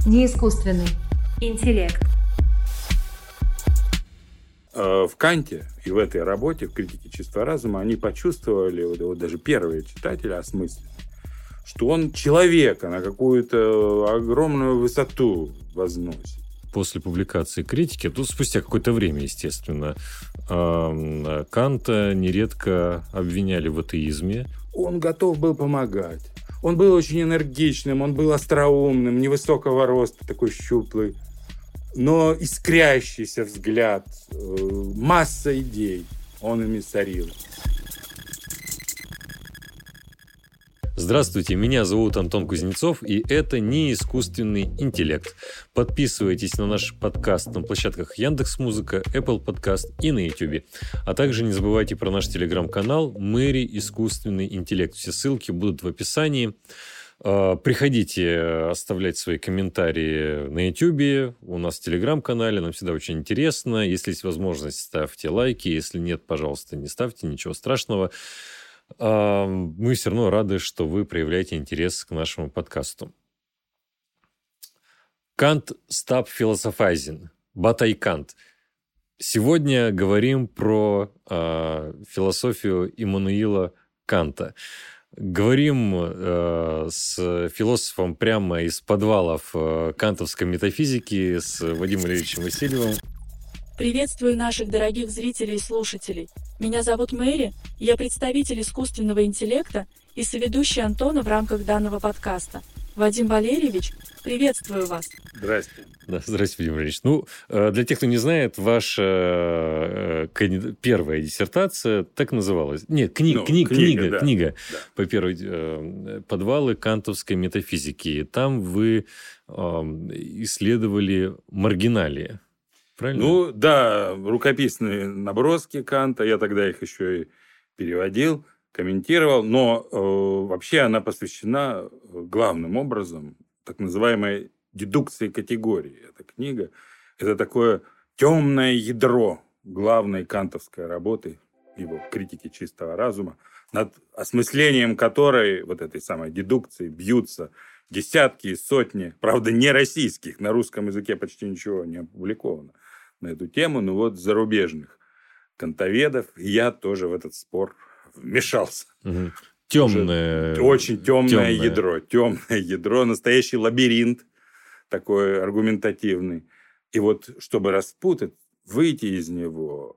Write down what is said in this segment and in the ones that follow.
Неискусственный интеллект. В Канте и в этой работе, в «Критике чистого разума», они почувствовали, вот даже первые читатели осмыслили, что он человека на какую-то огромную высоту возносит. После публикации критики, то спустя какое-то время, естественно, Канта нередко обвиняли в атеизме. Он готов был помогать. Он был очень энергичным, он был остроумным, невысокого роста, такой щуплый, но искрящийся взгляд, масса идей он ими сорил. Здравствуйте, меня зовут Антон Кузнецов, и это не искусственный интеллект. Подписывайтесь на наш подкаст на площадках Яндекс.Музыка, Apple Podcast и на YouTube. А также не забывайте про наш телеграм-канал «Мэри Искусственный интеллект». Все ссылки будут в описании. Приходите оставлять свои комментарии на YouTube, у нас в телеграм-канале, нам всегда очень интересно. Если есть возможность, ставьте лайки, если нет, пожалуйста, не ставьте, ничего страшного. Мы все равно рады, что вы проявляете интерес к нашему подкасту. Кант stop philosophizing. Батай Кант. Сегодня говорим про философию Иммануила Канта. Говорим с философом прямо из подвалов кантовской метафизики, с Вадимом Ильичем Васильевым. Приветствую наших дорогих зрителей и слушателей. Меня зовут Мэри, я представитель искусственного интеллекта и соведущий Антона в рамках данного подкаста. Вадим Валерьевич, приветствую вас. Здрасте. Да, здравствуйте, Вадим Валерьевич. Ну, для тех, кто не знает, ваша первая диссертация так называлась. Нет, книга Да. по первой «Подвалы кантовской метафизики». Там вы исследовали маргиналии. Правильно? Ну, да, рукописные наброски Канта, я тогда их еще и переводил, комментировал, но вообще она посвящена главным образом так называемой дедукции категории. Эта книга – это такое темное ядро главной кантовской работы, его «Критики чистого разума», над осмыслением которой, вот этой самой дедукции, бьются десятки и сотни, правда, не российских, на русском языке почти ничего не опубликовано на эту тему, но вот зарубежных кантоведов. И я тоже в этот спор вмешался. Угу. Темное. Очень темное ядро, настоящий лабиринт такой аргументативный. И вот, чтобы распутать, выйти из него,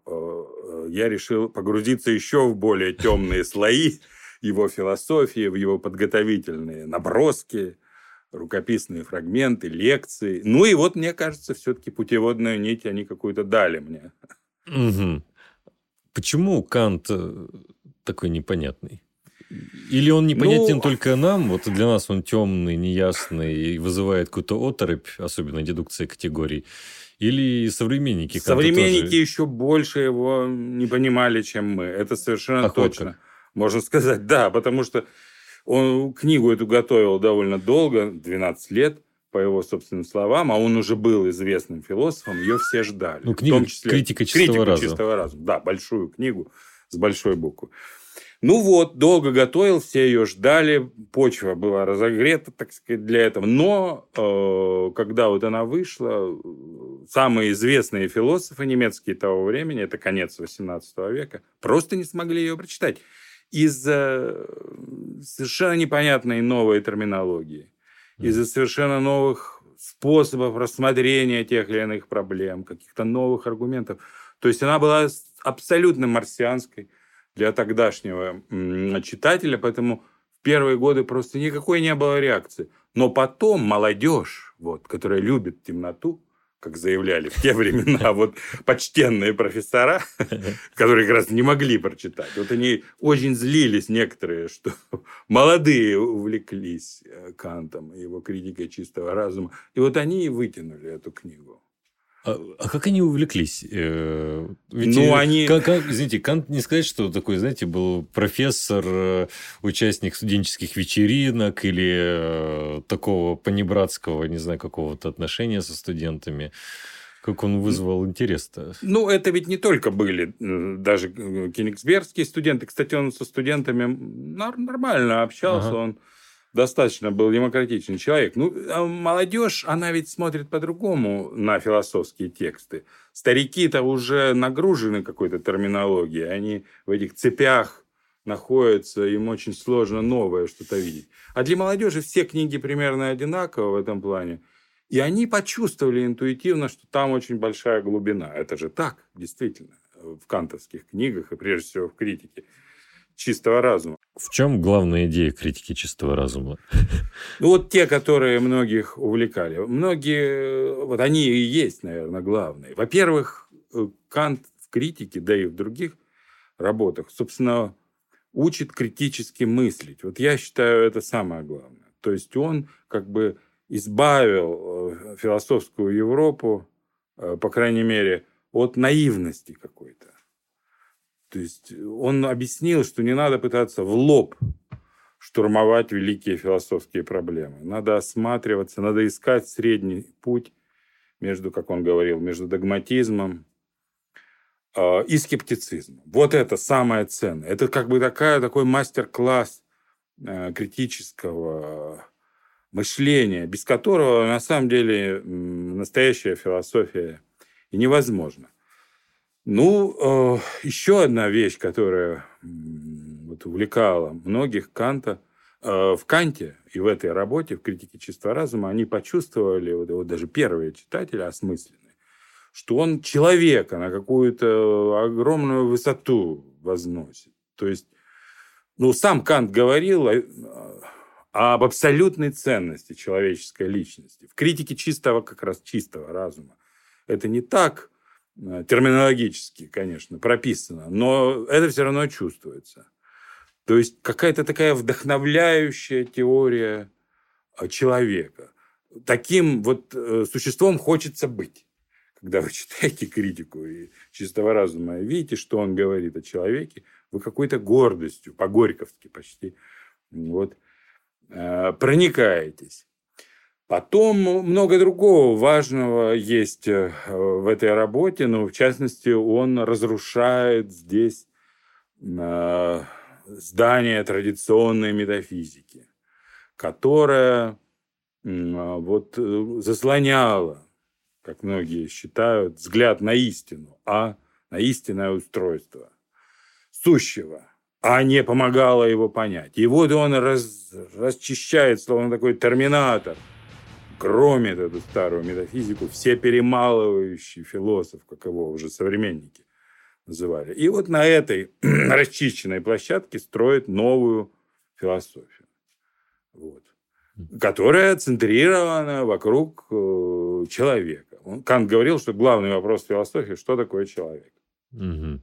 я решил погрузиться еще в более темные слои его философии, в его подготовительные наброски, рукописные фрагменты, лекции. Ну и вот, мне кажется, все-таки путеводную нить они какую-то дали мне. Угу. Почему Кант такой непонятный? Или он непонятен только нам? Вот для нас он темный, неясный и вызывает какую-то оторопь, особенно дедукция категорий. Или современники Канта Современники тоже... еще больше его не понимали, чем мы. Это совершенно точно. Можно сказать, да, потому что он книгу эту готовил довольно долго, 12 лет, по его собственным словам, а он уже был известным философом, ее все ждали. Ну, книга, в том числе «Критика чистого разума». Да, большую книгу с большой буквы. Ну вот, долго готовил, все ее ждали, почва была разогрета, так сказать, для этого. Но когда вот она вышла, самые известные философы немецкие того времени, это конец XVIII века, просто не смогли ее прочитать из-за совершенно непонятной новой терминологии, из-за совершенно новых способов рассмотрения тех или иных проблем, каких-то новых аргументов. То есть она была абсолютно марсианской для тогдашнего читателя, поэтому в первые годы просто никакой не было реакции. Но потом молодежь, вот, которая любит темноту, как заявляли в те времена вот почтенные профессора, которые как раз не могли прочитать. Вот они очень злились некоторые, что молодые увлеклись Кантом и его критикой чистого разума. И вот они и вытянули эту книгу. А как они увлеклись? Ведь они... Извините, Кант не сказать, что такой, знаете, был профессор, участник студенческих вечеринок или такого понебратского, не знаю, какого-то отношения со студентами. Как он вызвал интерес-то? Ну, это ведь не только были даже кёнигсбергские студенты. Кстати, он со студентами нормально общался. Ага. Он достаточно был демократичный человек. Ну, а молодежь, она ведь смотрит по-другому на философские тексты. Старики-то уже нагружены какой-то терминологией. Они в этих цепях находятся, им очень сложно новое что-то видеть. А для молодежи все книги примерно одинаковы в этом плане. И они почувствовали интуитивно, что там очень большая глубина. Это же так, действительно, в кантовских книгах и прежде всего в критике чистого разума. В чем главная идея критики чистого разума? Ну, вот те, которые многих увлекали. Многие, вот они и есть, наверное, главные. Во-первых, Кант в критике, да и в других работах, собственно, учит критически мыслить. Вот я считаю, это самое главное. То есть он как бы избавил философскую Европу, по крайней мере, от наивности какой-то. То есть он объяснил, что не надо пытаться в лоб штурмовать великие философские проблемы. Надо осматриваться, надо искать средний путь между, как он говорил, между догматизмом и скептицизмом. Вот это самое ценное. Это как бы такой мастер-класс критического мышления, без которого на самом деле настоящая философия и невозможна. Ну, еще одна вещь, которая вот увлекала многих Канта, в Канте и в этой работе, в критике чистого разума, они почувствовали, вот даже первые читатели осмысленные, что он человека на какую-то огромную высоту возносит. То есть, ну, сам Кант говорил об абсолютной ценности человеческой личности. В критике чистого, как раз чистого разума. Это не так терминологически, конечно, прописано, но это все равно чувствуется. То есть какая-то такая вдохновляющая теория человека. Таким вот существом хочется быть. Когда вы читаете критику и чистого разума, и видите, что он говорит о человеке, вы какой-то гордостью, по-горьковски почти, вот, проникаетесь. Потом много другого важного есть в этой работе, но в частности он разрушает здесь здание традиционной метафизики, которая вот заслоняла, как многие считают, взгляд на истину, а на истинное устройство сущего, а не помогала его понять. И вот он расчищает, словно такой терминатор, громит эту старую метафизику, все перемалывающий философ, как его уже современники называли. И вот на этой расчищенной площадке строит новую философию, вот, которая центрирована вокруг человека. Кант говорил, что главный вопрос философии – что такое человек? Угу.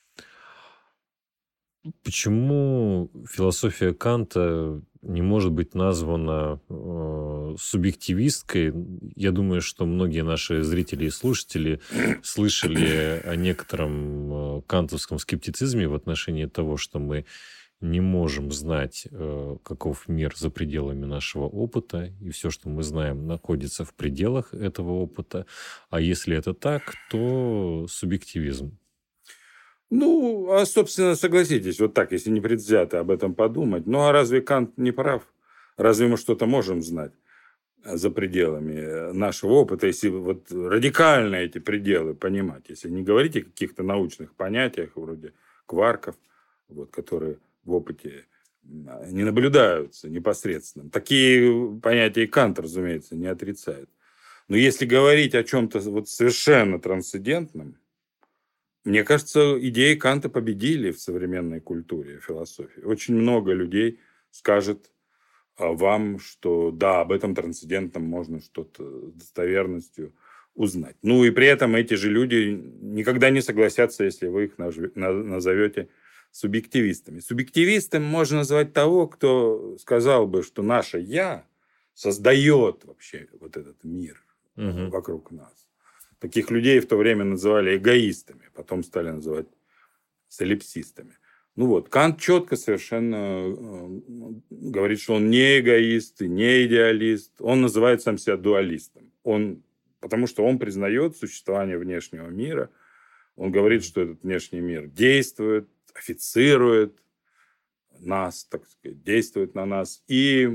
Почему философия Канта не может быть названа субъективистской? Я думаю, что многие наши зрители и слушатели слышали о некотором кантовском скептицизме в отношении того, что мы не можем знать, каков мир за пределами нашего опыта, и все, что мы знаем, находится в пределах этого опыта. А если это так, то субъективизм. Ну, а, собственно, согласитесь, вот так, если непредвзято об этом подумать. Ну, а разве Кант не прав? Разве мы что-то можем знать за пределами нашего опыта, если вот радикально эти пределы понимать? Если не говорить о каких-то научных понятиях, вроде кварков, вот, которые в опыте не наблюдаются непосредственно. Такие понятия и Кант, разумеется, не отрицает. Но если говорить о чем-то вот совершенно трансцендентном, мне кажется, идеи Канта победили в современной культуре, философии. Очень много людей скажет вам, что да, об этом трансцендентном можно что-то с достоверностью узнать. Ну и при этом эти же люди никогда не согласятся, если вы их назовете субъективистами. Субъективистом можно назвать того, кто сказал бы, что наше «я» создает вообще вот этот мир вокруг нас. Таких людей в то время называли эгоистами, потом стали называть солипсистами. Ну вот, Кант четко совершенно говорит, что он не эгоист и не идеалист. Он называет сам себя дуалистом. Потому что он признает существование внешнего мира. Он говорит, что этот внешний мир действует, официрует нас, так сказать, действует на нас. И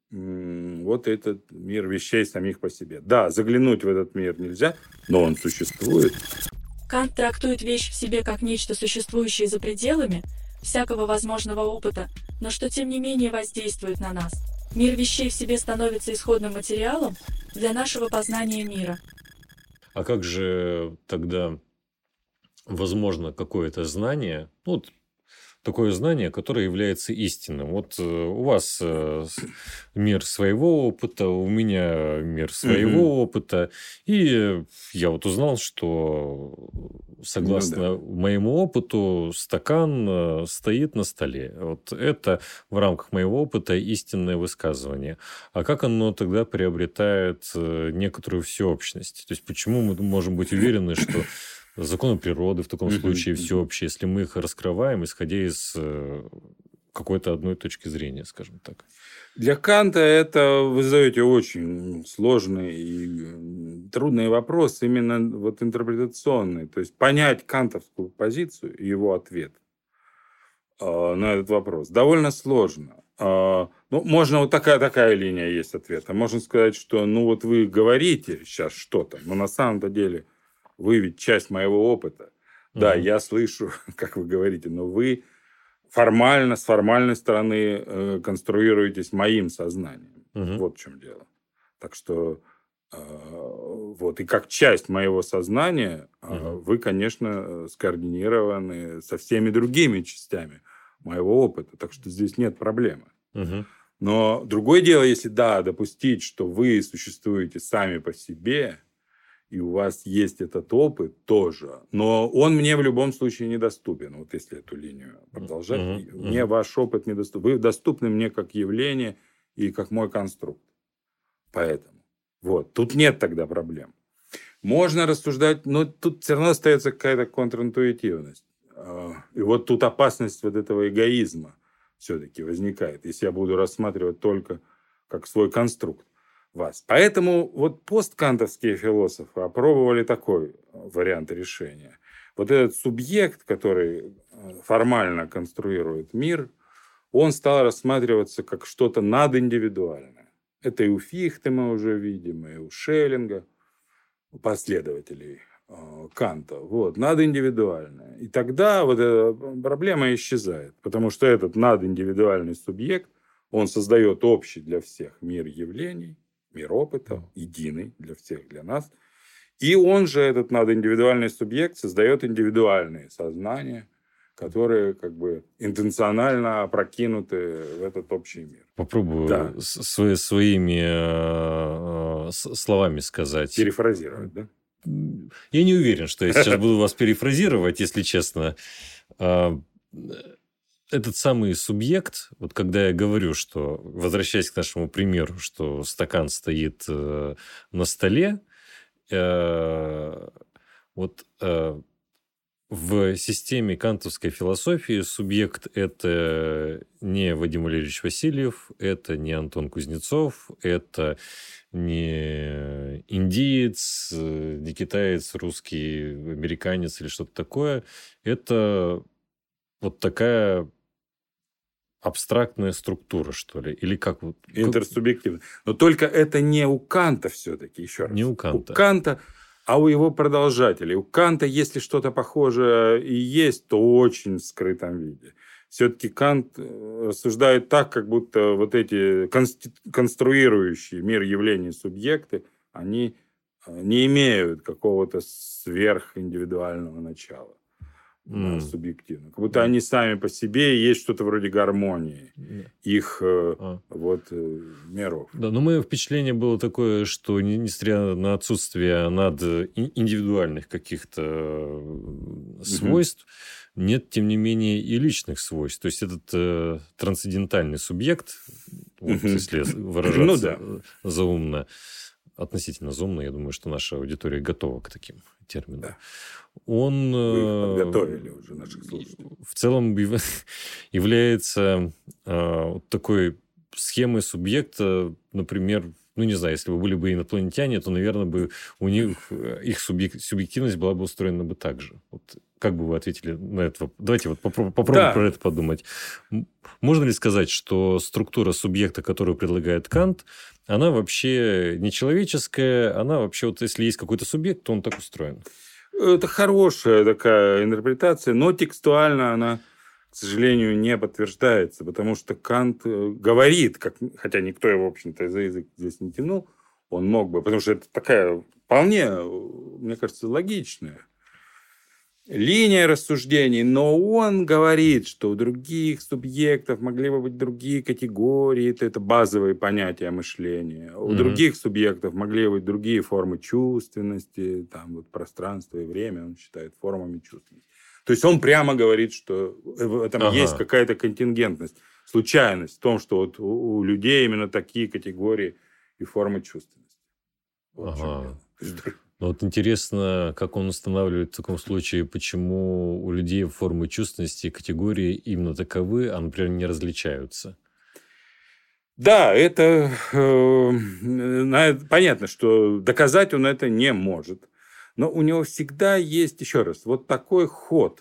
вот этот мир вещей самих по себе. Да, заглянуть в этот мир нельзя, но он существует. Кант трактует вещь в себе как нечто существующее за пределами всякого возможного опыта, но что тем не менее воздействует на нас. Мир вещей в себе становится исходным материалом для нашего познания мира. А как же тогда возможно какое-то знание, вот такое знание, которое является истинным? Вот у вас мир своего опыта, у меня мир своего опыта. И я вот узнал, что согласно моему опыту стакан стоит на столе. Вот это в рамках моего опыта истинное высказывание. А как оно тогда приобретает некоторую всеобщность? То есть, почему мы можем быть уверены, что законы природы в таком случае всеобщие, если мы их раскрываем, исходя из какой-то одной точки зрения, скажем так? Для Канта это вы задаете очень сложный и трудный вопрос, именно вот интерпретационный. То есть, понять кантовскую позицию и его ответ на этот вопрос довольно сложно. Ну, можно вот такая линия есть ответа. Можно сказать, что ну вот вы говорите сейчас что-то, но на самом-то деле вы ведь часть моего опыта. Да, я слышу, как вы говорите, но вы с формальной стороны конструируетесь моим сознанием. Вот в чем дело. Так что вот, и как часть моего сознания вы, конечно, скоординированы со всеми другими частями моего опыта. Так что здесь нет проблемы. Но другое дело, если, допустить, что вы существуете сами по себе, и у вас есть этот опыт тоже, но он мне в любом случае недоступен. Вот если эту линию продолжать, мне ваш опыт недоступен. Вы доступны мне как явление и как мой конструкт. Поэтому вот тут нет тогда проблем. Можно рассуждать, но тут все равно остается какая-то контринтуитивность. И вот тут опасность вот этого эгоизма все-таки возникает, если я буду рассматривать только как свой конструкт вас. Поэтому вот посткантовские философы опробовали такой вариант решения. Вот этот субъект, который формально конструирует мир, он стал рассматриваться как что-то надиндивидуальное. Это и у Фихте мы уже видим, и у Шеллинга, у последователей Канта. Вот, надиндивидуальное. И тогда вот эта проблема исчезает, потому что этот надиндивидуальный субъект, он создает общий для всех мир явлений, мир опыта, единый для всех, для нас. И он же, этот надиндивидуальный субъект, создает индивидуальные сознания, которые как бы интенционально опрокинуты в этот общий мир. Попробую своими словами сказать. Перефразировать, да? Я не уверен, что я сейчас буду вас перефразировать, если честно. Этот самый субъект, вот когда я говорю, что, возвращаясь к нашему примеру, что стакан стоит на столе, вот в системе кантовской философии субъект – это не Вадим Валерьевич Васильев, это не Антон Кузнецов, это не индиец, не китаец, русский, американец или что-то такое. Это вот такая абстрактная структура, что ли? Или как? Интерсубъективно. Но только это не у Канта все-таки, еще раз. Не у Канта. У Канта, а у его продолжателей. У Канта, если что-то похожее и есть, то очень в скрытом виде. Все-таки Кант рассуждает так, как будто вот эти конструирующие мир явлений субъекты, они не имеют какого-то сверхиндивидуального начала. Субъективно. Как будто они сами по себе есть что-то вроде гармонии их миров. Да, но мое впечатление было такое, что несмотря на отсутствие индивидуальных каких-то свойств, нет, тем не менее, и личных свойств. То есть, этот трансцендентальный субъект, вот, если выражаться заумно, относительно заумно, я думаю, что наша аудитория готова к таким терминам. Да. Он подготовили уже наших слушателей. В целом является такой схемой субъекта, например, ну, не знаю, если бы были бы инопланетяне, то, наверное, бы у них их субъективность была бы устроена бы так же. Вот как бы вы ответили на это? Давайте вот попробуем про это подумать. Можно ли сказать, что структура субъекта, которую предлагает Кант, она вообще не человеческая, она вообще, вот если есть какой-то субъект, то он так устроен? Это хорошая такая интерпретация, но текстуально она, к сожалению, не подтверждается, потому что Кант говорит, хотя никто его, в общем-то, за язык здесь не тянул, он мог бы, потому что это такая вполне, мне кажется, логичная линия рассуждений, но он говорит, что у других субъектов могли бы быть другие категории, это базовые понятия мышления, у других субъектов могли быть другие формы чувственности, там вот пространство и время он считает формами чувственности. То есть он прямо говорит, что в этом есть какая-то контингентность, случайность в том, что вот у людей именно такие категории и формы чувственности. Вот Но вот интересно, как он устанавливает в таком случае, почему у людей формы чувственности и категории именно таковы, а, например, не различаются. Да, это понятно, что доказать он это не может. Но у него всегда есть, еще раз, вот такой ход.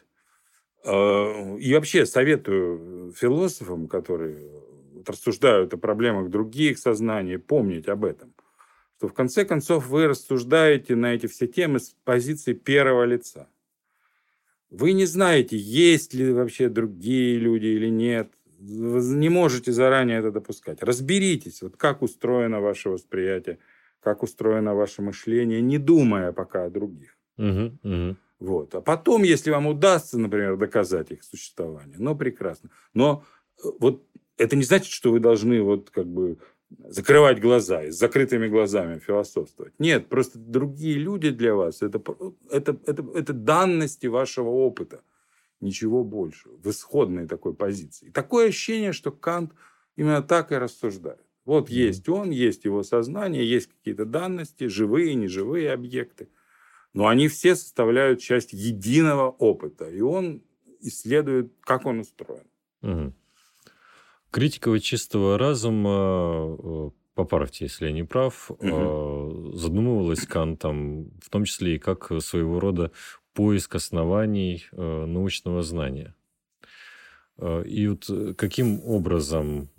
И вообще советую философам, которые рассуждают о проблемах других сознаний, помнить об этом. Что в конце концов вы рассуждаете на эти все темы с позиции первого лица. Вы не знаете, есть ли вообще другие люди или нет. Вы не можете заранее это допускать. Разберитесь, вот как устроено ваше восприятие, как устроено ваше мышление, не думая пока о других. Вот. А потом, если вам удастся, например, доказать их существование, ну, прекрасно. Но вот это не значит, что вы должны вот как бы закрывать глаза и с закрытыми глазами философствовать. Нет, просто другие люди для вас это данности вашего опыта. Ничего больше. В исходной такой позиции. И такое ощущение, что Кант именно так и рассуждает. Вот есть он, есть его сознание, есть какие-то данности, живые, неживые объекты. Но они все составляют часть единого опыта. И он исследует, как он устроен. Критика чистого разума, поправьте, если я не прав, задумывалась Кантом, в том числе и как своего рода поиск оснований научного знания. И вот каким образом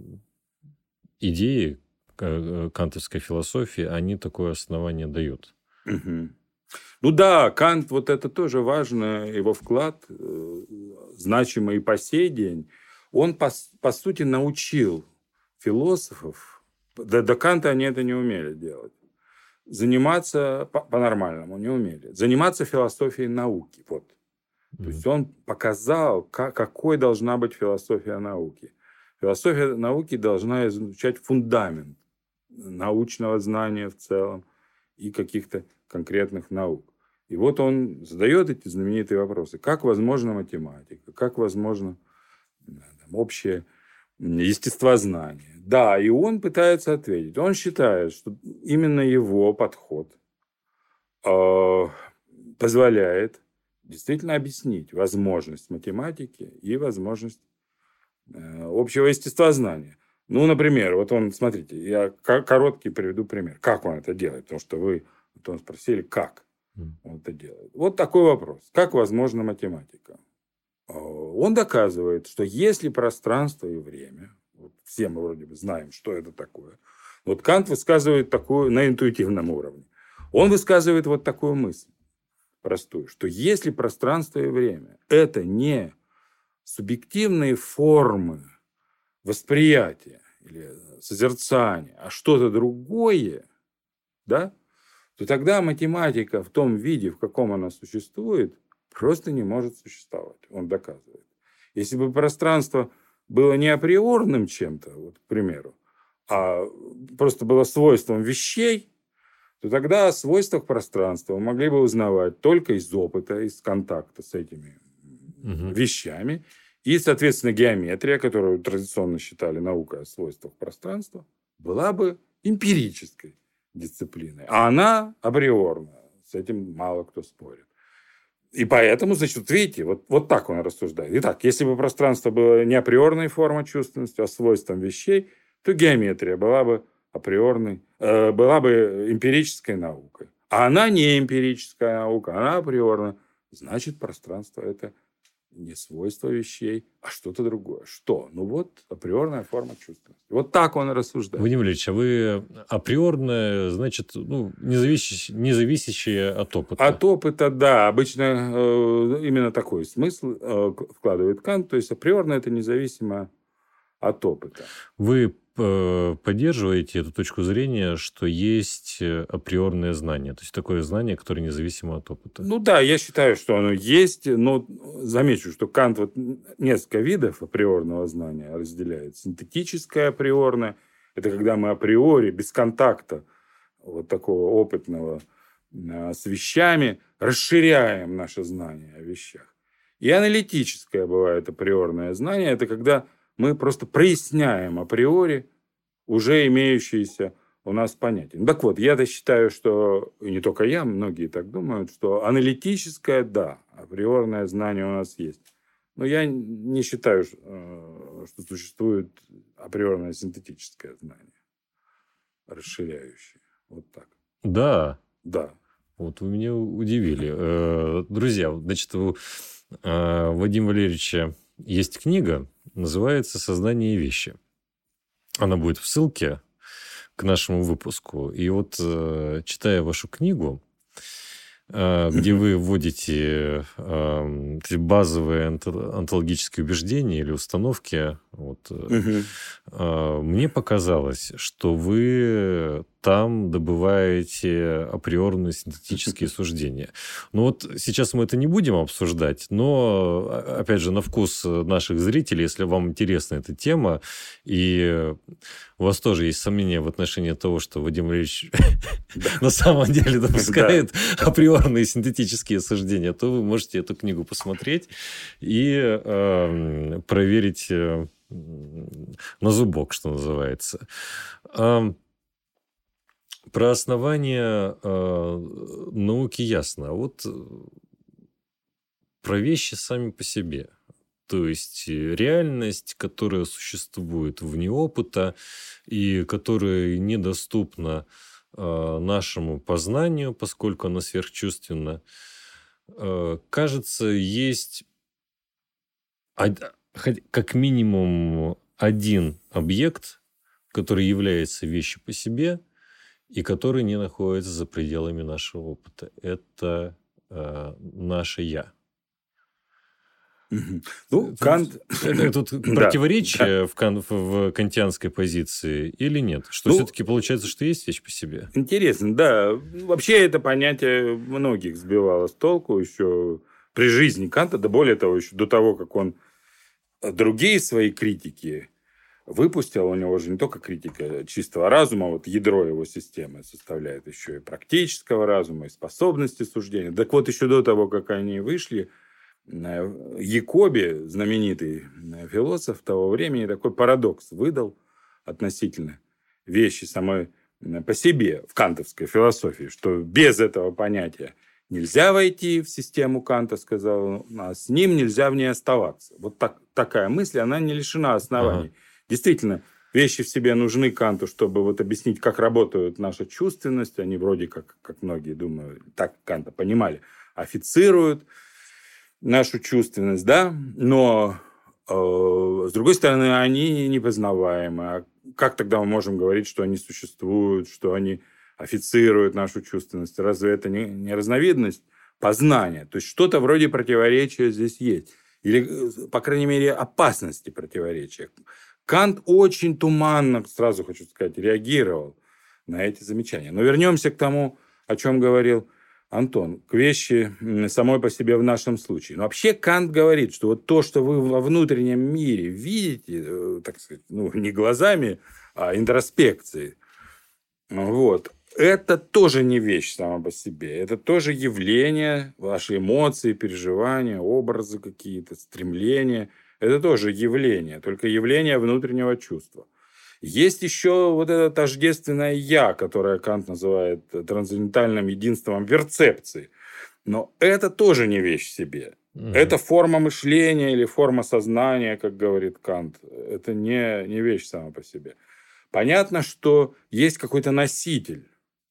идеи кантовской философии, они такое основание дают? Ну да, Кант, вот это тоже важно, его вклад, значимый и по сей день. Он, по сути, научил философов, до Канта они это не умели делать, заниматься по-нормальному, не умели, заниматься философией науки. Вот. То есть он показал, какой должна быть философия науки. Философия науки должна изучать фундамент научного знания в целом и каких-то конкретных наук. И вот он задает эти знаменитые вопросы. Как возможна математика? Как возможно общее естествознание? Да, и он пытается ответить. Он считает, что именно его подход позволяет действительно объяснить возможность математики и возможность общего естествознания. Ну, например, вот он, смотрите, я короткий приведу пример. Как он это делает? Потому что вы спросили, как он это делает. Вот такой вопрос. Как возможна математика? Он доказывает, что если пространство и время, вот все мы вроде бы знаем, что это такое, вот Кант высказывает такую на интуитивном уровне. Он высказывает вот такую мысль простую, что если пространство и время – это не субъективные формы восприятия или созерцания, а что-то другое, да, то тогда математика в том виде, в каком она существует, просто не может существовать. Он доказывает. Если бы пространство было не априорным чем-то, вот, к примеру, а просто было свойством вещей, то тогда о свойствах пространства мы могли бы узнавать только из опыта, из контакта с этими вещами. И, соответственно, геометрия, которую традиционно считали наукой о свойствах пространства, была бы эмпирической дисциплиной. А она априорная. С этим мало кто спорит. И поэтому, значит, видите, вот так он рассуждает. Итак, если бы пространство было не априорной формой чувственности, а свойством вещей, то геометрия была бы априорной, была бы эмпирической наукой. А она не эмпирическая наука, она априорна. Значит, пространство – это не свойство вещей, а что-то другое. Что? Ну вот априорная форма чувственности. Вот так он рассуждает. Владимир Ильич, а вы априорное, значит, не зависящее от опыта? От опыта, да. Обычно именно такой смысл вкладывает Кант. То есть априорно это независимо от опыта. Вы поддерживаете эту точку зрения, что есть априорное знание, то есть такое знание, которое независимо от опыта? Ну да, я считаю, что оно есть, но замечу, что Кант вот несколько видов априорного знания разделяет. Синтетическое априорное – это когда мы априори, без контакта вот такого опытного с вещами, расширяем наше знание о вещах. И аналитическое бывает априорное знание – это когда мы просто проясняем априори уже имеющиеся у нас понятия. Ну, так вот, я-то считаю, что, и не только я, многие так думают, что аналитическое, да, априорное знание у нас есть. Но я не считаю, что существует априорное синтетическое знание, расширяющее. Вот так. Да. Да. Вот вы меня удивили. Друзья, значит, у Вадима Валерьевича есть книга, называется «Сознание и вещи». Она будет в ссылке к нашему выпуску. И вот, читая вашу книгу, где вы вводите базовые онтологические убеждения или установки, вот, мне показалось, что вы там добываете априорные синтетические суждения. Ну вот сейчас мы это не будем обсуждать, но, опять же, на вкус наших зрителей, если вам интересна эта тема, и у вас тоже есть сомнения в отношении того, что Вадим Валерьевич на самом деле допускает априорные синтетические суждения, то вы можете эту книгу посмотреть и проверить на зубок, что называется. Про основания науки ясно. А вот про вещи сами по себе. То есть реальность, которая существует вне опыта и которая недоступна нашему познанию, поскольку она сверхчувственна, кажется, есть как минимум один объект, который является вещью по себе и который не находится за пределами нашего опыта. Это наше «я». Ну, Кант... Это тут противоречие в кантианской позиции или нет? Что все-таки получается, что есть вещь по себе? Интересно, да. Вообще это понятие многих сбивало с толку еще при жизни Канта, да более того, еще до того, как он другие свои критики выпустил. У него же не только критика чистого разума, вот ядро его системы составляет еще и практического разума, и способности суждения. Так вот, еще до того, как они вышли, Якоби, знаменитый философ того времени, такой парадокс выдал относительно вещи самой по себе в кантовской философии, что без этого понятия нельзя войти в систему Канта, сказал он, а с ним нельзя в ней оставаться. Вот такая мысль, она не лишена оснований. Ага. Действительно, вещи в себе нужны Канту, чтобы вот объяснить, как работает наша чувственность. Они вроде как многие думают, так Канта понимали, официруют нашу чувственность, да, но с другой стороны, они непознаваемы. А как тогда мы можем говорить, что они существуют, что они официруют нашу чувственность? Разве это не разновидность познания? То есть что-то вроде противоречия здесь есть. Или, по крайней мере, опасности противоречия. Кант очень туманно, сразу хочу сказать, реагировал на эти замечания. Но вернемся к тому, о чем говорил Антон, к вещи самой по себе в нашем случае. Но вообще Кант говорит, что вот то, что вы во внутреннем мире видите, так сказать, не глазами, а интроспекцией, вот, это тоже не вещь сама по себе. Это тоже явление, ваши эмоции, переживания, образы какие-то, стремления. Это тоже явление, только явление внутреннего чувства. Есть еще вот это тождественное «я», которое Кант называет трансцендентальным единством перцепции. Но это тоже не вещь в себе. Это форма мышления или форма сознания, как говорит Кант. Это не вещь сама по себе. Понятно, что есть какой-то носитель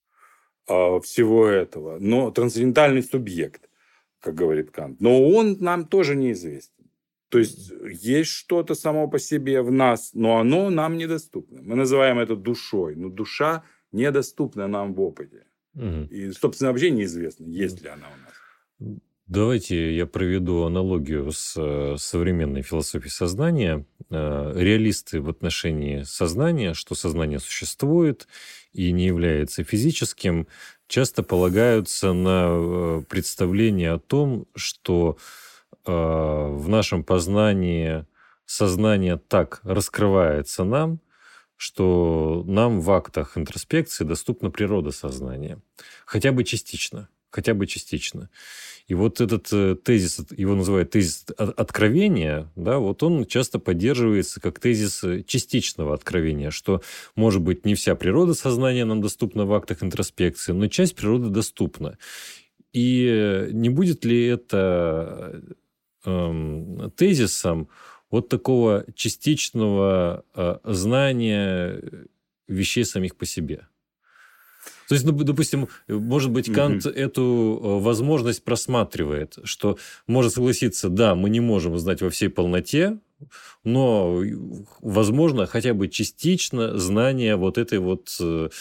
всего этого, но трансцендентальный субъект, как говорит Кант. Но он нам тоже неизвестен. То есть есть что-то само по себе в нас, но оно нам недоступно. Мы называем это душой, но душа недоступна нам в опыте. И, собственно, вообще неизвестно, есть ли она у нас. Давайте я проведу аналогию с современной философией сознания. Реалисты в отношении сознания, что сознание существует и не является физическим, часто полагаются на представление о том, что в нашем познании сознание так раскрывается нам, что нам в актах интроспекции доступна природа сознания. Хотя бы частично. И вот этот тезис, его называют тезис откровения, да, вот он часто поддерживается как тезис частичного откровения, что, может быть, не вся природа сознания нам доступна в актах интроспекции, но часть природы доступна. И не будет ли это тезисом вот такого частичного знания вещей самих по себе? То есть, допустим, может быть, Кант эту возможность просматривает, что может согласиться, да, мы не можем знать во всей полноте, но возможно хотя бы частично знание вот этой вот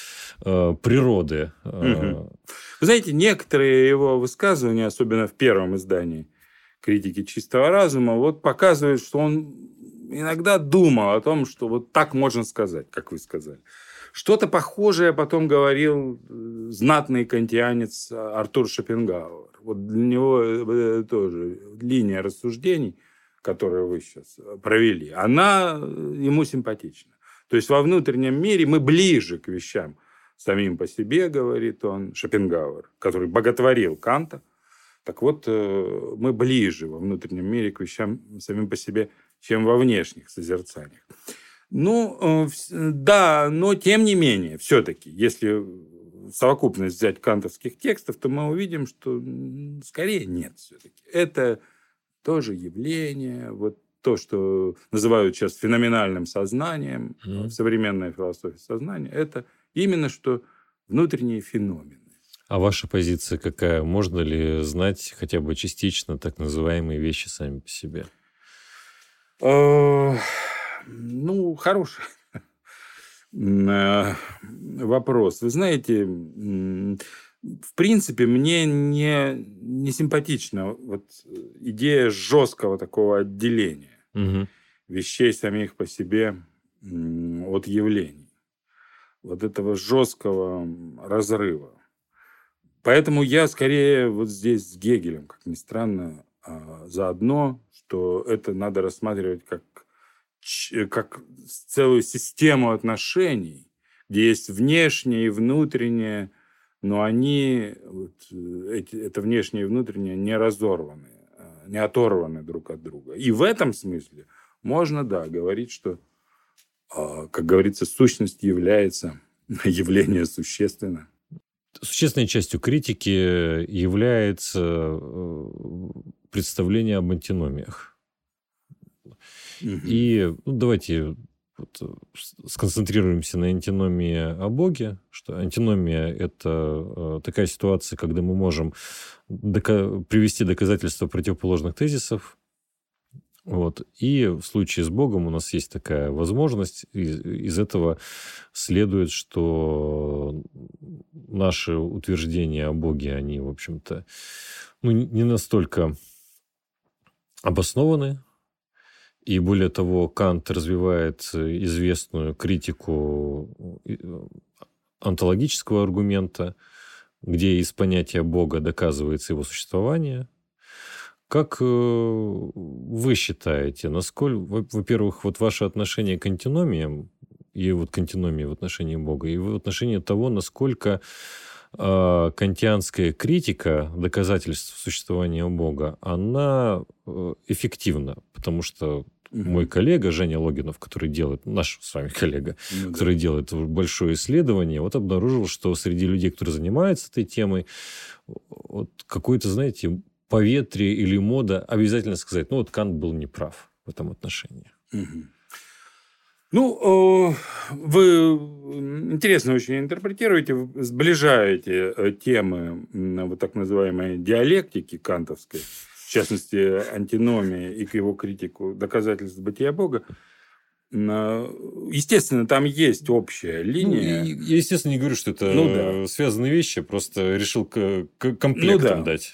природы. Вы знаете, некоторые его высказывания, особенно в первом издании «Критики чистого разума», вот показывают, что он иногда думал о том, что вот так можно сказать, как вы сказали. Что-то похожее потом говорил знатный кантианец Артур Шопенгауэр. Вот для него тоже линия рассуждений, которую вы сейчас провели, она ему симпатична. То есть во внутреннем мире мы ближе к вещам самим по себе, говорит он, Шопенгауэр, который боготворил Канта. Так вот, мы ближе во внутреннем мире к вещам самим по себе, чем во внешних созерцаниях. Ну, да, но тем не менее, все-таки, если совокупность взять кантовских текстов, то мы увидим, что скорее нет все-таки. Это тоже явление, вот то, что называют сейчас феноменальным сознанием в современной философии сознания, это именно что внутренние феномены. А ваша позиция какая? Можно ли знать хотя бы частично так называемые вещи сами по себе? Ну, хороший вопрос. Вы знаете, в принципе, мне не симпатична вот идея жесткого такого отделения вещей самих по себе от явлений. Вот этого жесткого разрыва. Поэтому я скорее вот здесь с Гегелем, как ни странно, заодно, что это надо рассматривать как целую систему отношений, где есть внешнее и внутреннее, но они, это внешнее и внутреннее, не разорваны, не оторваны друг от друга. И в этом смысле можно, да, говорить, что, как говорится, сущность является явление существенно. Существенной частью критики является представление об антиномиях. И давайте сконцентрируемся на антиномии о Боге, что антиномия – это такая ситуация, когда мы можем привести доказательства противоположных тезисов. Вот. И в случае с Богом у нас есть такая возможность. Из этого следует, что наши утверждения о Боге, они, в общем-то, не настолько обоснованы. И более того, Кант развивает известную критику онтологического аргумента, где из понятия Бога доказывается его существование. Как вы считаете, насколько, во-первых, вот ваше отношение к антиномиям, и вот к антиномии в отношении Бога, и в отношении того, насколько кантианская критика доказательств существования Бога, она эффективна, потому что мой коллега Женя Логинов, который делает, наш с вами коллега, который делает большое исследование, вот обнаружил, что среди людей, которые занимаются этой темой, вот какой-то, знаете, поветрие или мода обязательно сказать, ну вот Кант был неправ в этом отношении. Ну, вы интересно очень интерпретируете, сближаете темы вот так называемой диалектики кантовской, в частности, антиномии и к его критику доказательств бытия Бога. Естественно, там есть общая линия. Я, естественно, не говорю, что это связанные вещи, просто решил комплектом дать.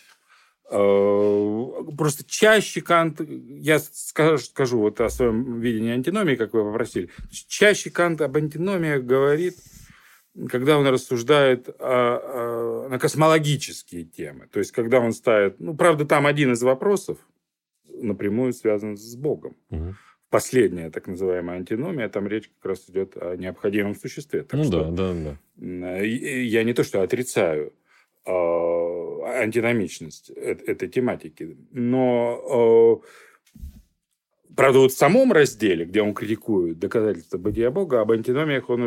Просто чаще Кант, я скажу вот о своем видении антиномии, как вы попросили, чаще Кант об антиномиях говорит, когда он рассуждает на космологические темы. То есть, когда он ставит... Ну, правда, там один из вопросов напрямую связан с Богом. Угу. Последняя так называемая антиномия, там речь как раз идет о необходимом существе. Так да. Я не то, что отрицаю антиномичность этой тематики. Но, правда, вот в самом разделе, где он критикует доказательства бытия Бога, об антиномиях он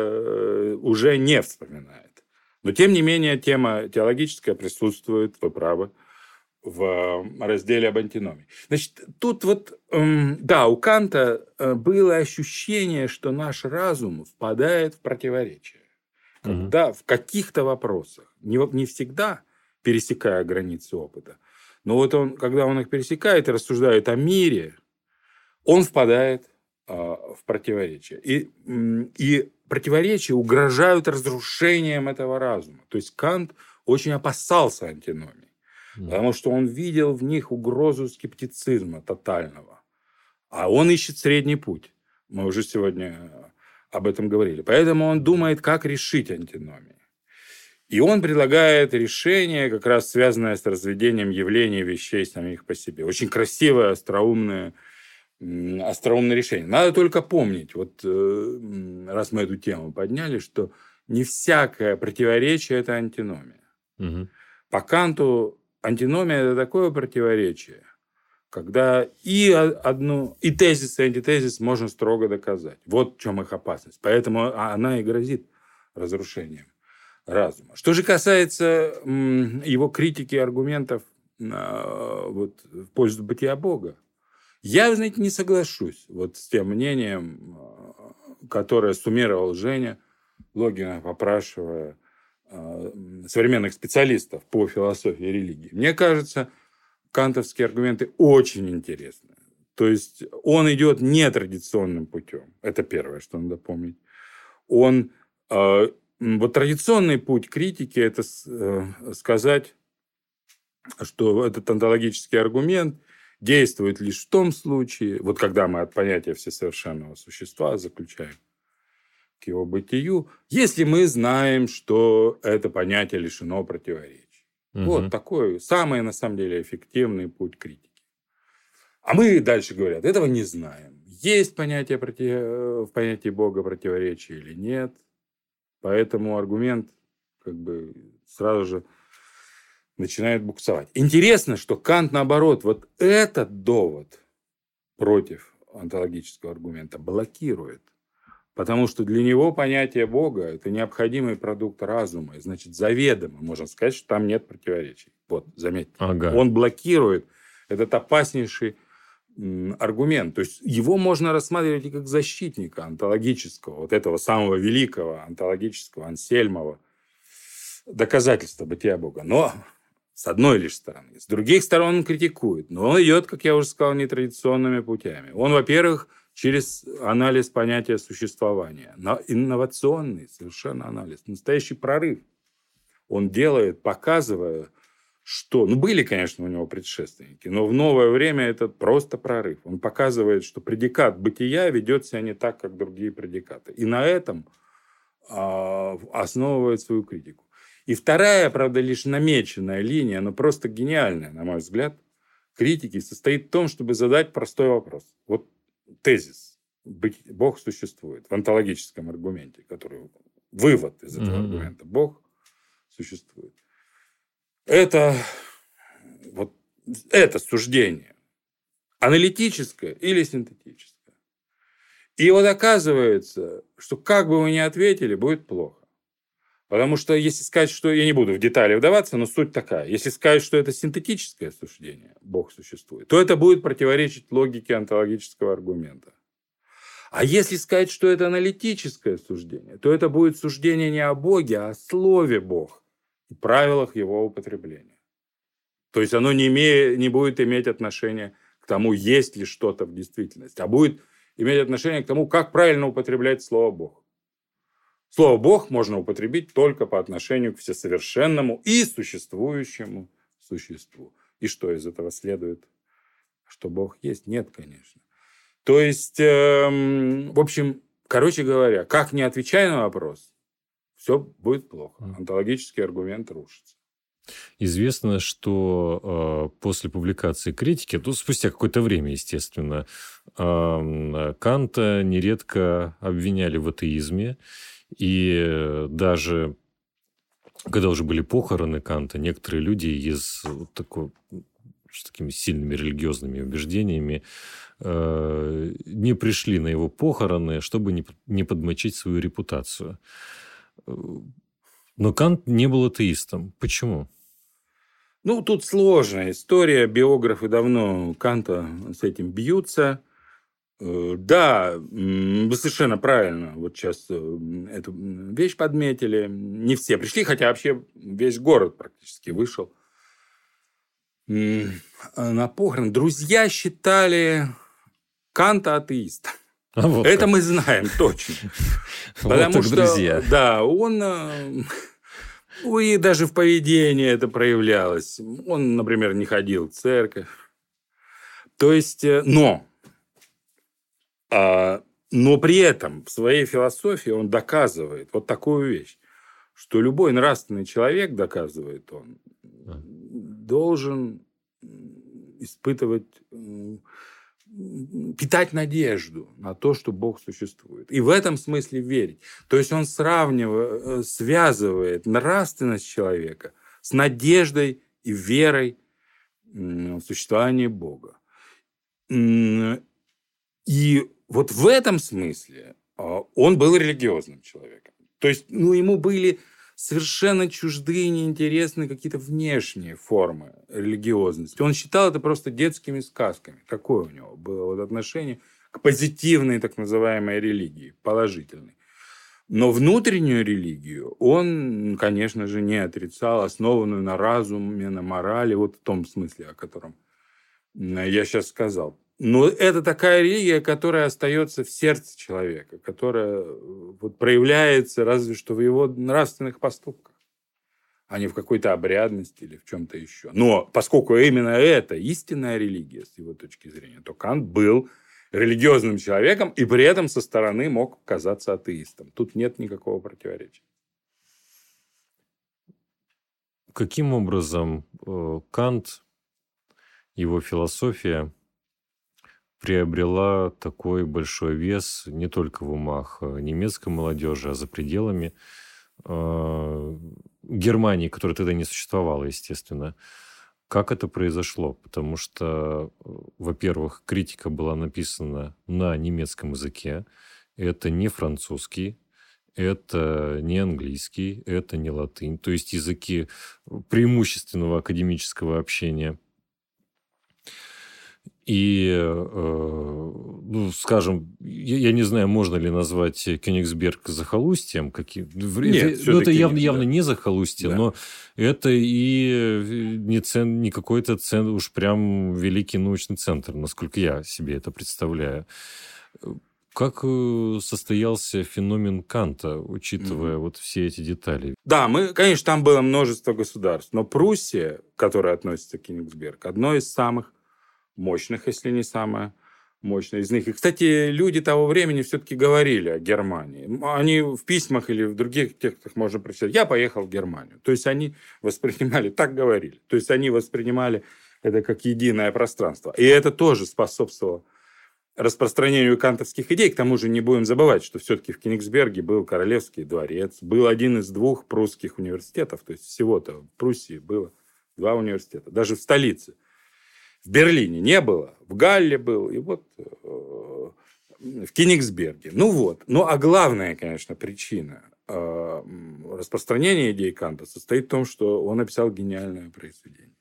уже не вспоминает. Но, тем не менее, тема теологическая присутствует, вы правы, в разделе об антиномии. Значит, тут вот, да, у Канта было ощущение, что наш разум впадает в противоречие. Когда в каких-то вопросах, не всегда пересекая границы опыта, но вот когда он их пересекает и рассуждает о мире, он впадает в противоречие. И противоречия угрожают разрушением этого разума. То есть Кант очень опасался антиномии, потому что он видел в них угрозу скептицизма тотального. А он ищет средний путь. Мы уже сегодня об этом говорили. Поэтому он думает, как решить антиномии. И он предлагает решение, как раз связанное с разведением явлений вещей самих по себе. Очень красивое, остроумное решение. Надо только помнить, вот раз мы эту тему подняли, что не всякое противоречие – это антиномия. Угу. По Канту антиномия – это такое противоречие, когда и тезис, и антитезис можно строго доказать. Вот в чем их опасность. Поэтому она и грозит разрушением разума. Что же касается его критики аргументов в пользу бытия Бога, я, знаете, не соглашусь вот с тем мнением, которое суммировал Женя Логинов, опрашивая современных специалистов по философии и религии. Мне кажется, кантовские аргументы очень интересны. То есть он идет нетрадиционным путем. Это первое, что надо помнить. Вот традиционный путь критики – это сказать, что этот онтологический аргумент действует лишь в том случае, вот когда мы от понятия всесовершенного существа заключаем к его бытию, если мы знаем, что это понятие лишено противоречий. Угу. Вот такой самый, на самом деле, эффективный путь критики. А мы дальше говорят, этого не знаем. Есть понятие в понятии Бога противоречия или нет. Поэтому аргумент как бы сразу же начинает буксовать. Интересно, что Кант, наоборот, вот этот довод против онтологического аргумента блокирует. Потому что для него понятие Бога – это необходимый продукт разума. И, значит, заведомо можно сказать, что там нет противоречий. Вот, заметьте. Ага. Он блокирует этот опаснейший аргумент. То есть его можно рассматривать и как защитника онтологического, вот этого самого великого онтологического, Ансельмова доказательства бытия Бога. Но с одной лишь стороны. С других сторон он критикует. Но он идет, как я уже сказал, нетрадиционными путями. Он, во-первых, через анализ понятия существования. Инновационный совершенно анализ. Настоящий прорыв. Он делает, показывая, что... были, конечно, у него предшественники, но в новое время это просто прорыв. Он показывает, что предикат бытия ведет себя не так, как другие предикаты. И на этом основывает свою критику. И вторая, правда, лишь намеченная линия, но просто гениальная, на мой взгляд, критики состоит в том, чтобы задать простой вопрос. Вот тезис «Бог существует» в онтологическом аргументе, который вывод из этого аргумента «Бог существует». Это суждение аналитическое или синтетическое. И вот оказывается, что как бы вы ни ответили, будет плохо. Потому что если сказать, что... Я не буду в детали вдаваться, но суть такая. Если сказать, что это синтетическое суждение, Бог существует, то это будет противоречить логике онтологического аргумента. А если сказать, что это аналитическое суждение, то это будет суждение не о Боге, а о слове Бог и правилах его употребления. То есть оно не будет иметь отношения к тому, есть ли что-то в действительности, а будет иметь отношение к тому, как правильно употреблять слово Бог. Слово Бог можно употребить только по отношению к всесовершенному и существующему существу. И что из этого следует? Что Бог есть? Нет, конечно. То есть, в общем, короче говоря, как не отвечай на вопрос, все будет плохо. Онтологический аргумент рушится. Известно, что после публикации критики, то спустя какое-то время, естественно, Канта нередко обвиняли в атеизме. И даже когда уже были похороны Канта, некоторые люди с такими сильными религиозными убеждениями не пришли на его похороны, чтобы не подмочить свою репутацию. Но Кант не был атеистом. Почему? Тут сложная история. Биографы давно Канта с этим бьются. Да, вы совершенно правильно вот сейчас эту вещь подметили. Не все пришли, хотя вообще весь город практически вышел на похороны. Друзья считали Канта атеистом. Это мы знаем точно. Потому что, друзья. Да, он... И даже в поведении это проявлялось. Он, например, не ходил в церковь. То есть, но при этом в своей философии он доказывает вот такую вещь, что любой нравственный человек, доказывает он, должен испытывать, питать надежду на то, что Бог существует. И в этом смысле верить. То есть он связывает нравственность человека с надеждой и верой в существование Бога. И вот в этом смысле он был религиозным человеком. То есть ему были совершенно чужды и неинтересны какие-то внешние формы религиозности. Он считал это просто детскими сказками. Такое у него было отношение к позитивной так называемой религии, положительной. Но внутреннюю религию он, конечно же, не отрицал, основанную на разуме, на морали, вот в том смысле, о котором я сейчас сказал. Но это такая религия, которая остается в сердце человека, которая проявляется разве что в его нравственных поступках, а не в какой-то обрядности или в чем-то еще. Но поскольку именно это истинная религия с его точки зрения, то Кант был религиозным человеком и при этом со стороны мог казаться атеистом. Тут нет никакого противоречия. Каким образом Кант, его философия приобрела такой большой вес не только в умах немецкой молодежи, а за пределами Германии, которая тогда не существовала, естественно. Как это произошло? Потому что, во-первых, критика была написана на немецком языке. Это не французский, это не английский, это не латынь. То есть языки преимущественного академического общения. И, скажем, я не знаю, можно ли назвать Кёнигсберг захолустьем. Нет, это явно не захолустье, да. Но это и не какой-то уж прям великий научный центр, насколько я себе это представляю. Как состоялся феномен Канта, учитывая вот все эти детали? Да, конечно, там было множество государств, но Пруссия, которая относится к Кёнигсбергу, одно из самых мощных, если не самое мощное из них. И, кстати, люди того времени все-таки говорили о Германии. Они в письмах или в других текстах можно прочитать: я поехал в Германию. То есть они воспринимали, так говорили. То есть они воспринимали это как единое пространство. И это тоже способствовало распространению кантовских идей. К тому же не будем забывать, что все-таки в Кёнигсберге был Королевский дворец, был один из двух прусских университетов. То есть всего-то в Пруссии было 2 университета. Даже в столице. В Берлине не было, в Галле был, и вот в Кёнигсберге. А главная, конечно, причина распространения идей Канта состоит в том, что он написал гениальное произведение.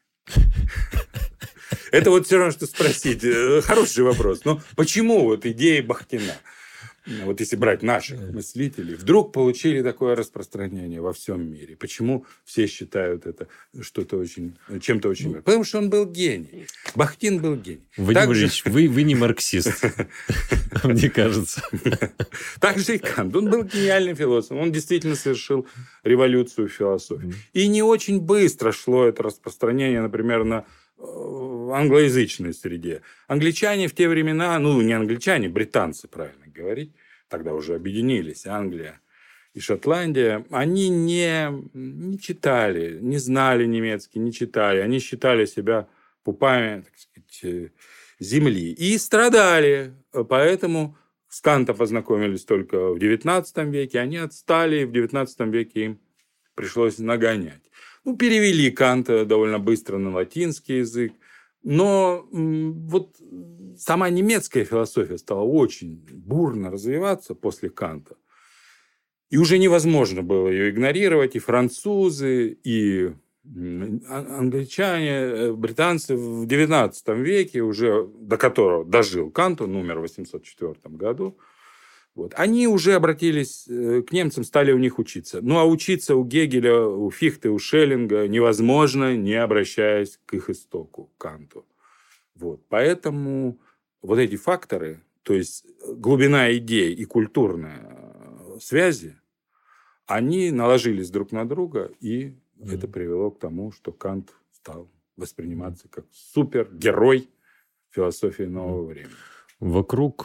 Это вот все равно, что спросить. Хороший вопрос. Но почему вот идеи Бахтина? вот если брать наших мыслителей, вдруг получили такое распространение во всем мире. Почему все считают это чем-то очень важным? Потому что он был гений. Бахтин был гений. Вадим Ильич, вы не марксист, мне кажется. Так же и Кант. Он был гениальным философом. Он действительно совершил революцию в философии. И не очень быстро шло это распространение, например, на англоязычной среде. Англичане в те времена, не англичане, британцы, правильно говорить, тогда уже объединились Англия и Шотландия, они не читали, не знали немецкий, не читали. Они считали себя пупами, так сказать, земли. И страдали. Поэтому с Кантом познакомились только в XIX веке. Они отстали, и в XIX веке им пришлось нагонять. Перевели Канта довольно быстро на латинский язык. Но вот сама немецкая философия стала очень бурно развиваться после Канта. И уже невозможно было ее игнорировать. И французы, и англичане, британцы в XIX веке, уже до которого дожил Кант, он умер в 804 году, они уже обратились к немцам, стали у них учиться. А учиться у Гегеля, у Фихте, у Шеллинга невозможно, не обращаясь к их истоку, к Канту. Поэтому вот эти факторы, то есть глубина идей и культурные связи, они наложились друг на друга, и это привело к тому, что Кант стал восприниматься как супергерой философии нового времени. Вокруг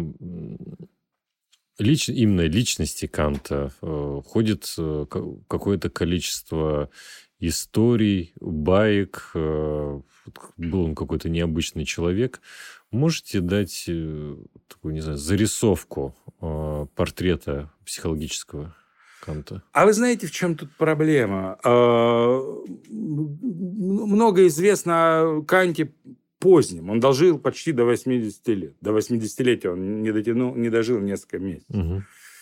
именно личности Канта ходит какое-то количество историй, баек. Был он какой-то необычный человек. Можете дать такую, зарисовку портрета психологического Канта? А вы знаете, в чем тут проблема? Много известно о Канте позднем. Он дожил почти до 80 лет. До 80-летия он не дожил несколько месяцев.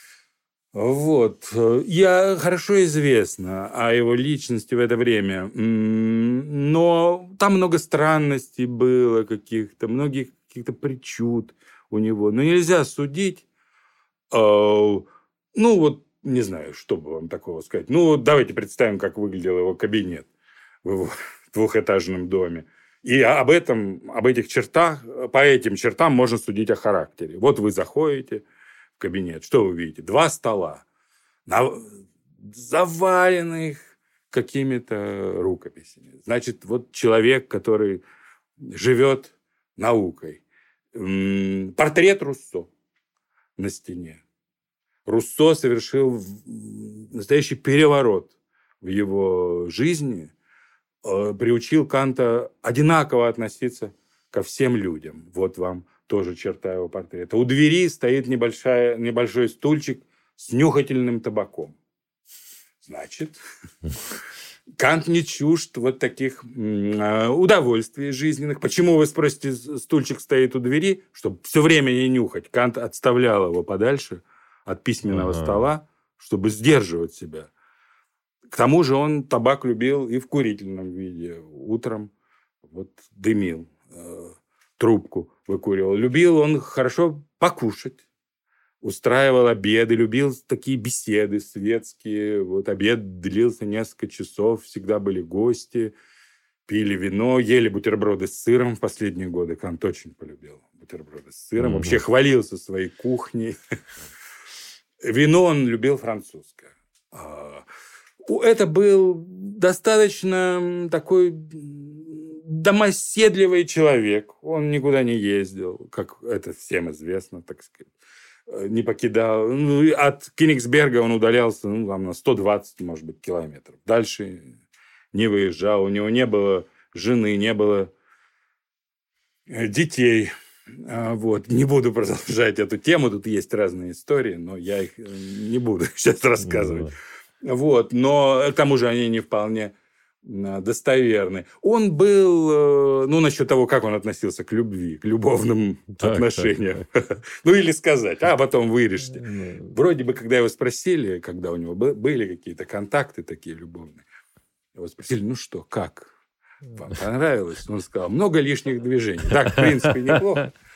Я хорошо известно о его личности в это время. Но там много странностей было каких-то, многих каких-то причуд у него. Но нельзя судить. Не знаю, что бы вам такого сказать. Давайте представим, как выглядел его кабинет в его двухэтажном доме. И об этих чертах, по этим чертам можно судить о характере. Вы заходите в кабинет, что вы видите? 2 стола, заваленных какими-то рукописями. Значит, человек, который живет наукой. Портрет Руссо на стене. Руссо совершил настоящий переворот в его жизни, приучил Канта одинаково относиться ко всем людям. Вам тоже черта его портрета. У двери стоит небольшой стульчик с нюхательным табаком. Значит, Кант не чужд таких удовольствий жизненных. Почему, вы спросите, стульчик стоит у двери? Чтобы все время не нюхать. Кант отставлял его подальше от письменного стола, чтобы сдерживать себя. К тому же он табак любил и в курительном виде. Утром дымил, трубку выкуривал. Любил он хорошо покушать. Устраивал обеды, любил такие беседы светские. Обед длился несколько часов, всегда были гости, пили вино, ели бутерброды с сыром в последние годы. Кант очень полюбил бутерброды с сыром. Вообще хвалился своей кухней. Вино он любил французское. Это был достаточно такой домоседливый человек. Он никуда не ездил, как это всем известно, так сказать. Не покидал. От Кёнигсберга он удалялся на 120, может быть, километров. Дальше не выезжал. У него не было жены, не было детей. Не буду продолжать эту тему. Тут есть разные истории, но я их не буду сейчас рассказывать. Но к тому же они не вполне достоверны. Он был, насчет того, как он относился к любви, к любовным отношениям. Или сказать, а потом вырежьте. Вроде бы, когда его спросили, когда у него были какие-то контакты такие любовные, его спросили, как? Вам понравилось? Он сказал, много лишних движений. Так, в принципе, неплохо.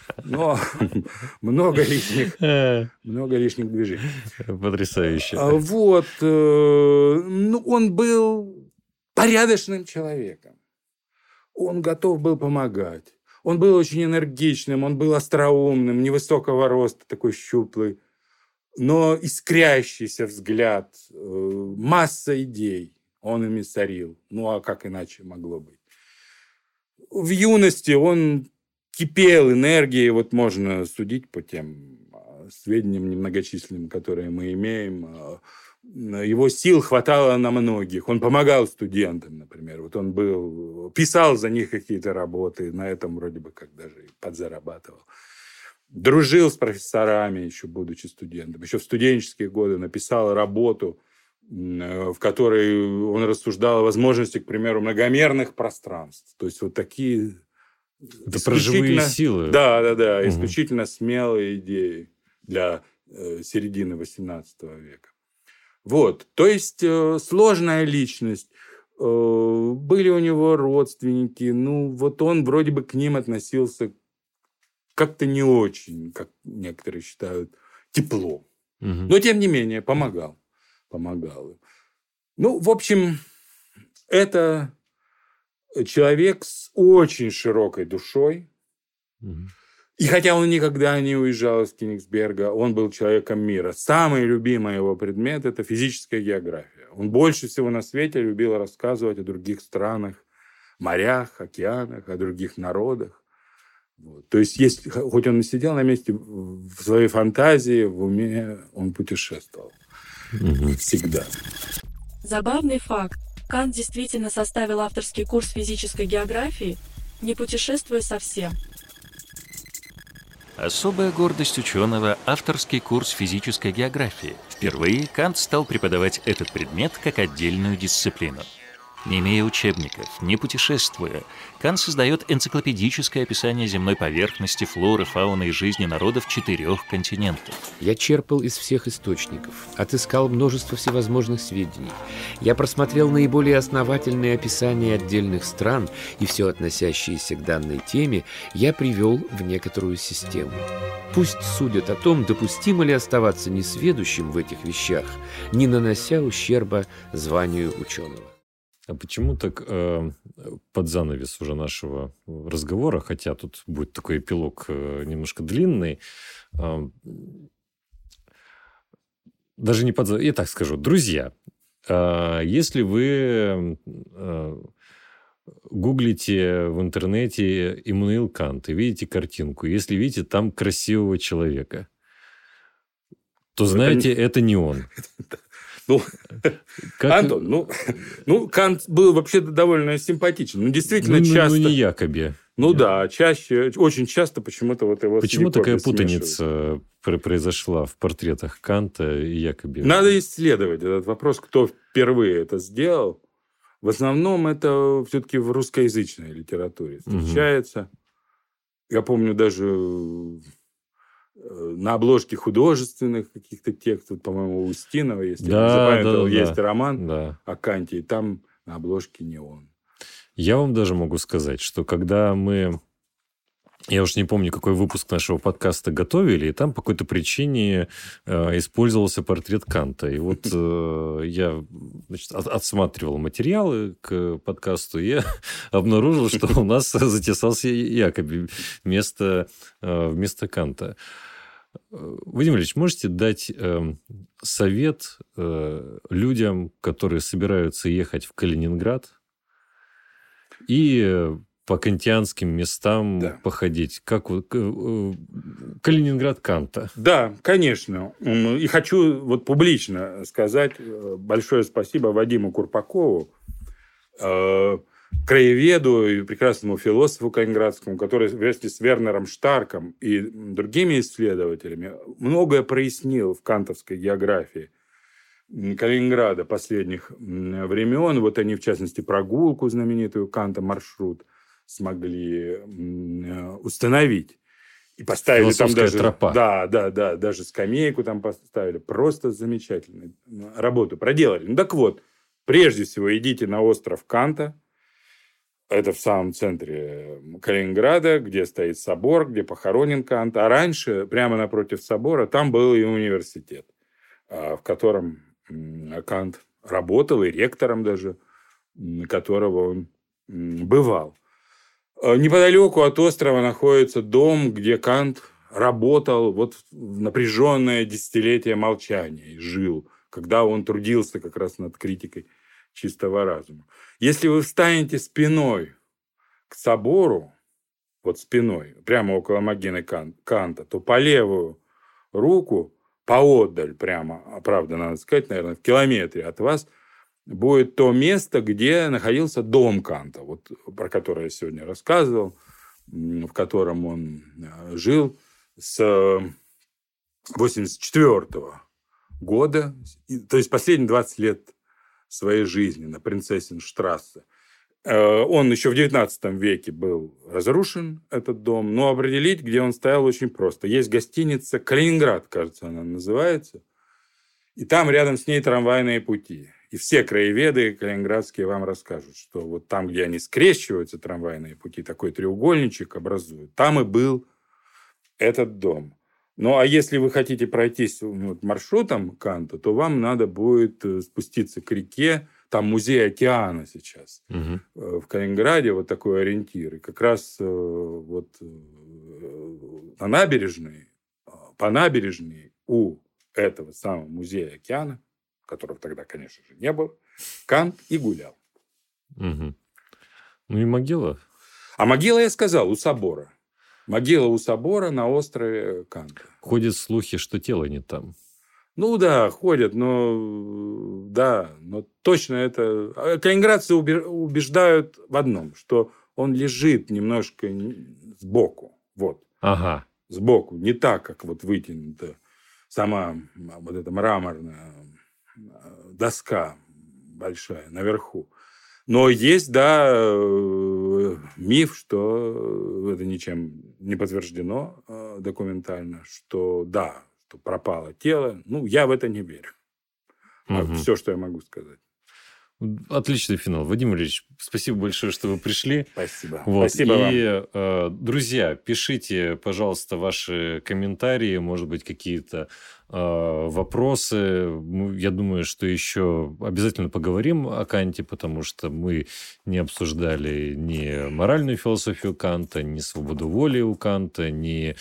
но много лишних движений. Потрясающе. Вот. Ну, он был порядочным человеком. Он готов был помогать. Он был очень энергичным, он был остроумным, невысокого роста, такой щуплый, но искрящийся взгляд, масса идей он ими царил. Ну, а как иначе могло быть? В юности он кипел энергией, вот можно судить по тем сведениям немногочисленным, которые мы имеем. Его сил хватало на многих. Он помогал студентам, например. Вот он писал за них какие-то работы, на этом вроде бы как даже подзарабатывал. Дружил с профессорами, еще будучи студентом. Еще в студенческие годы написал работу, в которой он рассуждал о возможности, к примеру, многомерных пространств. То есть вот такие... Это про живые силы. Да. Исключительно смелые идеи для середины XVIII века. Вот. То есть сложная личность. Были у него родственники. Ну, вот он вроде бы к ним относился как-то не очень, как некоторые считают, тепло. Но, тем не менее, помогал им. Ну, в общем, это человек с очень широкой душой. И хотя он никогда не уезжал из Кенигсберга, он был человеком мира. Самый любимый его предмет – это физическая география. Он больше всего на свете любил рассказывать о других странах, морях, океанах, о других народах. Вот. То есть, хоть он и сидел на месте, в своей фантазии, в уме он путешествовал. Всегда. Забавный факт. Кант действительно составил авторский курс физической географии, не путешествуя совсем. Особая гордость ученого – авторский курс физической географии. Впервые Кант стал преподавать этот предмет как отдельную дисциплину. Не имея учебников, не путешествуя, Кант создает энциклопедическое описание земной поверхности, флоры, фауны и жизни народов 4 континентов. Я черпал из всех источников, отыскал множество всевозможных сведений. Я просмотрел наиболее основательные описания отдельных стран, и все относящееся к данной теме я привел в некоторую систему. Пусть судят о том, допустимо ли оставаться несведущим в этих вещах, не нанося ущерба званию ученого. А почему так под занавес уже нашего разговора, хотя тут будет такой эпилог немножко длинный, даже не под занавес, я так скажу, друзья, если вы гуглите в интернете Иммануил Кант и видите картинку, если видите там красивого человека, то знаете, это не он. Ну, Антон, Кант был вообще-то довольно симпатичен. Ну, действительно, часто... Ну, не якобы. Ну, да, очень часто почему-то вот его... Почему такая путаница произошла в портретах Канта и якобы? Надо исследовать этот вопрос, кто впервые это сделал. В основном это все-таки в русскоязычной литературе встречается. Я помню даже... на обложке художественных каких-то текстов, по-моему, у Устинова, если я не запамятовал, есть роман о Канте, и там на обложке не он. Я вам даже могу сказать, что когда мы... Я уж не помню, какой выпуск нашего подкаста готовили, и там по какой-то причине использовался портрет Канта. И вот я отсматривал материалы к подкасту, и я обнаружил, что у нас затесался якобы вместо Канта. Вадим Ильич, можете дать совет людям, которые собираются ехать в Калининград и по кантианским местам походить? Как Калининград Канта. Да, конечно. И хочу вот публично сказать большое спасибо Вадиму Курпакову, краеведу и прекрасному философу калининградскому, который вместе с Вернером Штарком и другими исследователями многое прояснил в кантовской географии Калининграда последних времен. Вот они, в частности, прогулку знаменитую Канта «Маршрут» смогли установить. И поставили там даже... тропа. Да, даже скамейку там поставили. Просто замечательную работу проделали. Ну, так вот, прежде всего, идите на остров Канта. Это в самом центре Калининграда, где стоит собор, где похоронен Кант. А раньше, прямо напротив собора, там был и университет, в котором Кант работал, и ректором даже, которого он бывал. Неподалеку от острова находится дом, где Кант работал вот в напряженное десятилетие молчания и жил, когда он трудился как раз над критикой чистого разума. Если вы встанете спиной к собору, вот спиной, прямо около могилы Канта, то по левую руку, поотдаль прямо, правда, надо сказать, наверное, в километре от вас, будет то место, где находился дом Канта, вот, про которое я сегодня рассказывал, в котором он жил с 1984 года, то есть последние 20 лет своей жизни на Принцессенштрассе. Он еще в XIX веке был разрушен, этот дом, но определить, где он стоял, очень просто. Есть гостиница «Калининград», кажется, она называется, и там рядом с ней трамвайные пути. И все краеведы калининградские вам расскажут, что вот там, где они скрещиваются, трамвайные пути, такой треугольничек образуют, там и был этот дом. Ну, а если вы хотите пройтись маршрутом Канта, то вам надо будет спуститься к реке. Там музей океана сейчас. В Калининграде вот такой ориентир. И как раз вот на набережной, по набережной у этого самого музея океана, которого тогда, конечно же, не было, Кант и гулял. Ну и могила? А могила, я сказал, у собора. Могила у собора на острове Канта. Ходят слухи, что тело не там. Ну да, ходят, но точно это... Калининградцы убеждают в одном, что он лежит немножко сбоку. Вот. Ага. Сбоку. Не так, как вот вытянута сама вот эта мраморная доска большая наверху. Но есть, да, миф, что это ничем не подтверждено документально, что да, что пропало тело. Ну, я в это не верю. Все, что я могу сказать. Отличный финал. Вадим Ильич, спасибо большое, что вы пришли. Спасибо. Вот. Спасибо вам. И, друзья, пишите, пожалуйста, ваши комментарии, может быть, какие-то вопросы. Я думаю, что еще обязательно поговорим о Канте, потому что мы не обсуждали ни моральную философию Канта, ни свободу воли у Канта, ни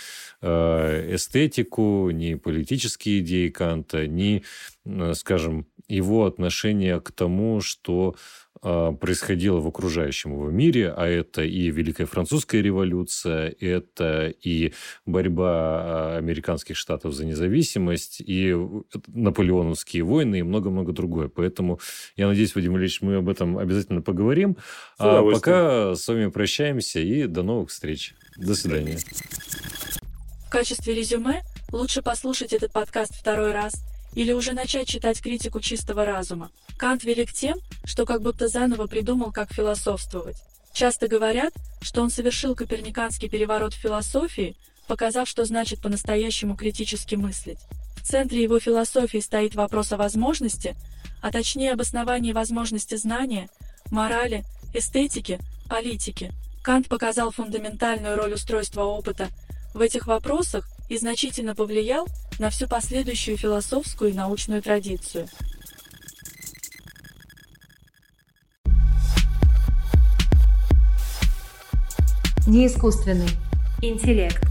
эстетику, ни политические идеи Канта, ни, скажем, его отношение к тому, что происходило в окружающем его мире, а это и Великая Французская революция, это и борьба американских штатов за независимость, и наполеоновские войны, и много-много другое. Поэтому, я надеюсь, Вадим Ильич, мы об этом обязательно поговорим. А пока с вами прощаемся, и до новых встреч. До свидания. В качестве резюме лучше послушать этот подкаст второй раз или уже начать читать критику чистого разума. Кант велик тем, что как будто заново придумал, как философствовать. Часто говорят, что он совершил коперниканский переворот в философии, показав, что значит по-настоящему критически мыслить. В центре его философии стоит вопрос о возможности, а точнее об основании возможности знания, морали, эстетики, политики. Кант показал фундаментальную роль устройства опыта в этих вопросах и значительно повлиял на всю последующую философскую и научную традицию. Неискусственный интеллект.